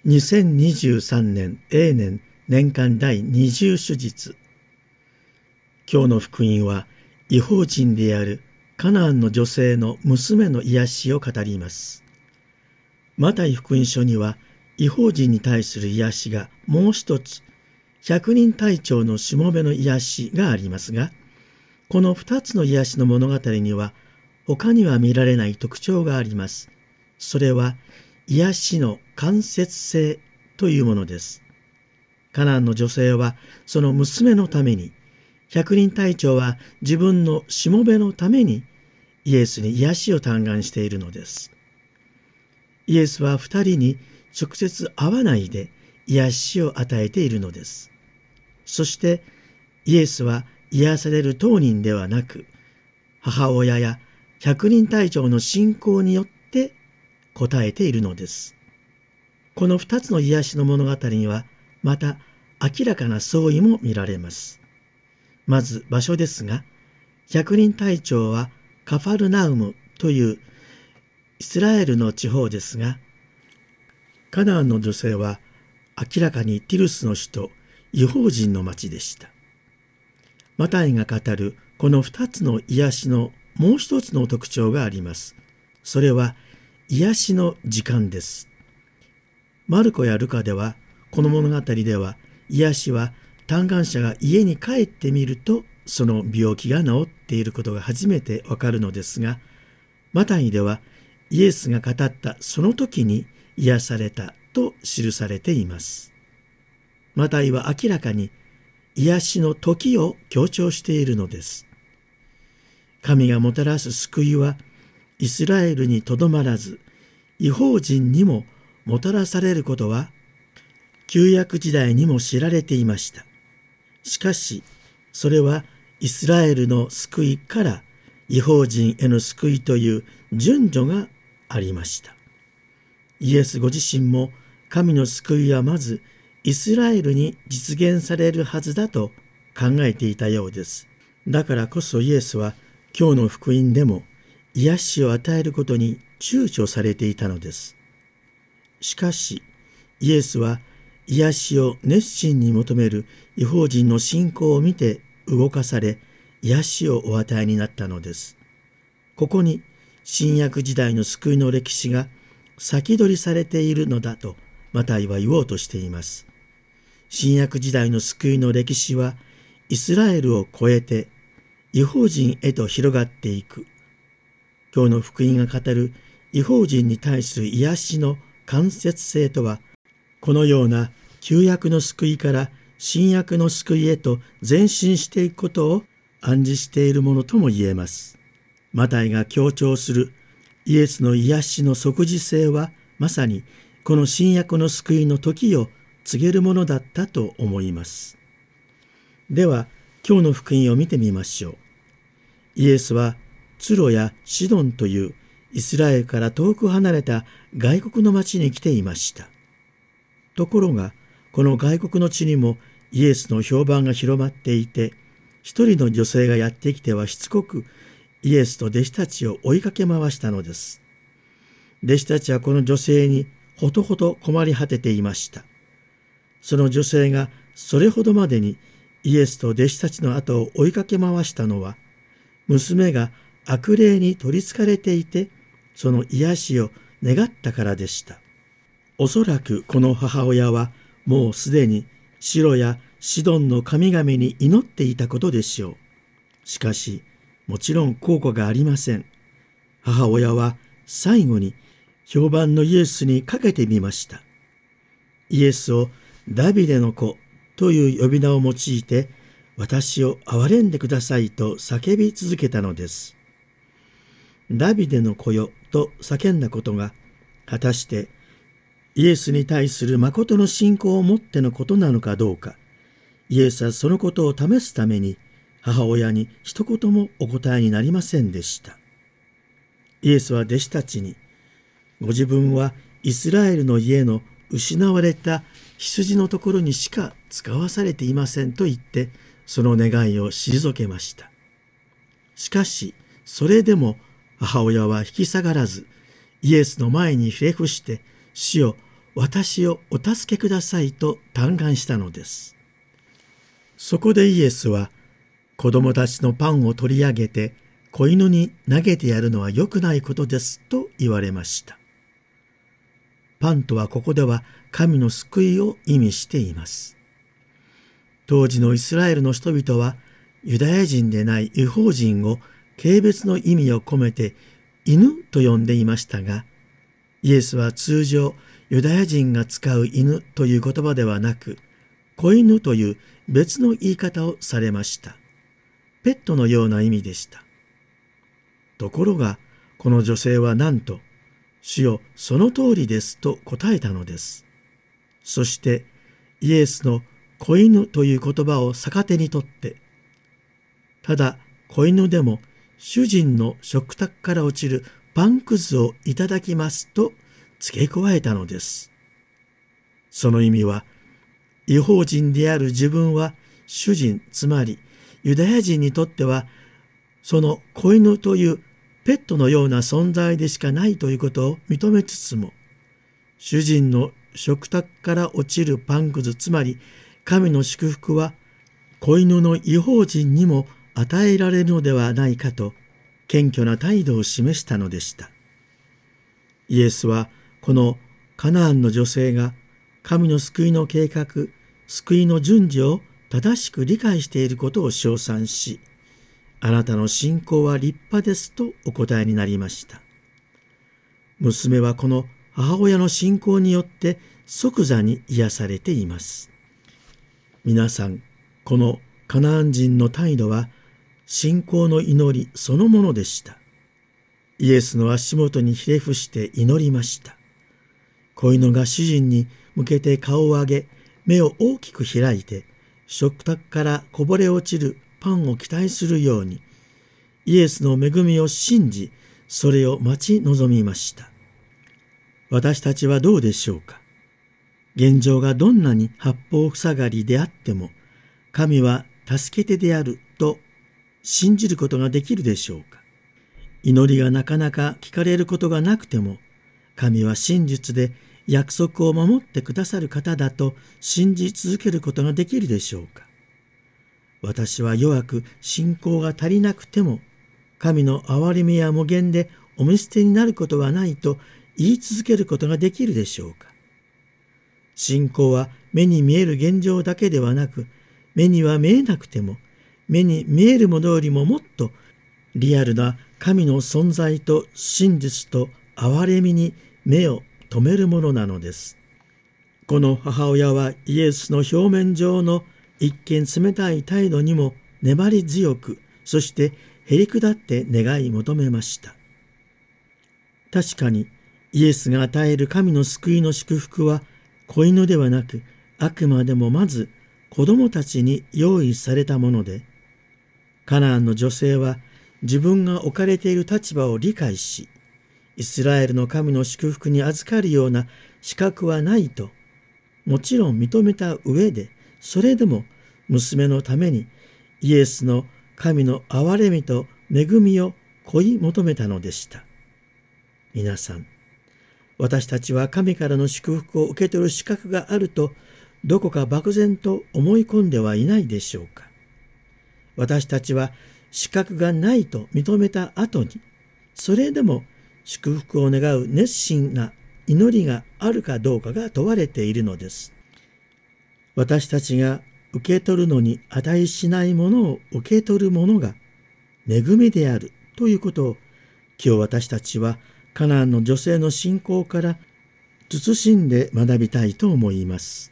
2023年永年年間第20主日。今日の福音は異邦人であるカナンの女性の娘の癒しを語ります。マタイ福音書には異邦人に対する癒しがもう一つ、百人隊長のしもべの癒しがありますが、この二つの癒しの物語には他には見られない特徴があります。それは癒しの間接性というものです。カナンの女性はその娘のために、百人隊長は自分のしもべのためにイエスに癒しを嘆願しているのです。イエスは二人に直接会わないで癒しを与えているのです。そしてイエスは癒される当人ではなく、母親や百人隊長の信仰によって答えているのです。この二つの癒しの物語にはまた明らかな相違も見られます。まず場所ですが、百人隊長はカファルナウムというイスラエルの地方ですが、カナンの女性は明らかにティルスの首都異邦人の町でした。マタイが語るこの二つの癒しのもう一つの特徴があります。それは癒しの時間です。マルコやルカでは、この物語では癒しは嘆願者が家に帰ってみるとその病気が治っていることが初めてわかるのですが、マタイではイエスが語ったその時に癒されたと記されています。マタイは明らかに癒しの時を強調しているのです。神がもたらす救いはイスラエルにとどまらず、異邦人にももたらされることは旧約時代にも知られていました。しかしそれはイスラエルの救いから異邦人への救いという順序がありました。イエスご自身も神の救いはまずイスラエルに実現されるはずだと考えていたようです。だからこそイエスは今日の福音でも癒しを与えることに躊躇されていたのです。しかしイエスは癒しを熱心に求める異邦人の信仰を見て動かされ、癒しをお与えになったのです。ここに新約時代の救いの歴史が先取りされているのだとマタイは言おうとしています。新約時代の救いの歴史はイスラエルを超えて異邦人へと広がっていく。今日の福音が語る異邦人に対する癒しの間接性とは、このような旧約の救いから新約の救いへと前進していくことを暗示しているものとも言えます。マタイが強調するイエスの癒しの即時性は、まさにこの新約の救いの時を告げるものだったと思います。では今日の福音を見てみましょう。イエスはツロやシドンというイスラエルから遠く離れた外国の町に来ていました。ところがこの外国の地にもイエスの評判が広まっていて、一人の女性がやってきてはしつこくイエスと弟子たちを追いかけ回したのです。弟子たちはこの女性にほとほと困り果てていました。その女性がそれほどまでにイエスと弟子たちの後を追いかけ回したのは、娘が悪霊に取りつかれていて、その癒しを願ったからでした。おそらくこの母親はもうすでにシロやシドンの神々に祈っていたことでしょう。しかしもちろん効果がありません。母親は最後に評判のイエスにかけてみました。イエスをダビデの子という呼び名を用いて、私を憐れんでくださいと叫び続けたのです。ダビデの子よと叫んだことが、果たしてイエスに対する誠の信仰をもってのことなのかどうか、イエスはそのことを試すために母親に一言もお答えになりませんでした。イエスは弟子たちに、ご自分はイスラエルの家の失われた羊のところにしか使わされていませんと言って、その願いを退けました。しかしそれでも母親は引き下がらず、イエスの前にひれ伏して、主よ、 私をお助けくださいと嘆願したのです。そこでイエスは、子供たちのパンを取り上げて子犬に投げてやるのは良くないことですと言われました。パンとはここでは神の救いを意味しています。当時のイスラエルの人々はユダヤ人でない異邦人を軽蔑の意味を込めて犬と呼んでいましたが、イエスは通常ユダヤ人が使う犬という言葉ではなく、子犬という別の言い方をされました。ペットのような意味でした。ところが、この女性はなんと、主よ、その通りですと答えたのです。そして、イエスの子犬という言葉を逆手にとって、ただ子犬でも主人の食卓から落ちるパンくずをいただきますと付け加えたのです。その意味は、異邦人である自分は主人、つまりユダヤ人にとっては、その子犬というペットのような存在でしかないということを認めつつも、主人の食卓から落ちるパンくず、つまり神の祝福は子犬の異邦人にも与えられるのではないかと謙虚な態度を示したのでした。イエスはこのカナアンの女性が神の救いの計画、救いの順序を正しく理解していることを称賛し、あなたの信仰は立派ですとお答えになりました。娘はこの母親の信仰によって即座に癒されています。皆さん、このカナアン人の態度は信仰の祈りそのものでした。イエスの足元にひれ伏して祈りました。子犬が主人に向けて顔を上げ、目を大きく開いて、食卓からこぼれ落ちるパンを期待するように、イエスの恵みを信じ、それを待ち望みました。私たちはどうでしょうか。現状がどんなに八方塞がりであっても、神は助け手であると信じることができるでしょうか。祈りがなかなか聞かれることがなくても、神は真実で約束を守ってくださる方だと信じ続けることができるでしょうか。私は弱く信仰が足りなくても、神の憐れみや無限でお見捨てになることはないと言い続けることができるでしょうか。信仰は目に見える現状だけではなく、目には見えなくても、目に見えるものよりももっとリアルな神の存在と真実と憐れみに目を留めるものなのです。この母親はイエスの表面上の一見冷たい態度にも粘り強く、そしてへりくだって願い求めました。確かにイエスが与える神の救いの祝福は子犬ではなく、あくまでもまず子供たちに用意されたもので、カナアンの女性は自分が置かれている立場を理解し、イスラエルの神の祝福に預かるような資格はないと、もちろん認めた上で、それでも娘のためにイエスの神の憐れみと恵みを恋求めたのでした。皆さん、私たちは神からの祝福を受け取る資格があると、どこか漠然と思い込んではいないでしょうか。私たちは資格がないと認めた後に、それでも祝福を願う熱心な祈りがあるかどうかが問われているのです。私たちが受け取るのに値しないものを受け取るものが恵みであるということを、今日私たちはカナアンの女性の信仰から慎んで学びたいと思います。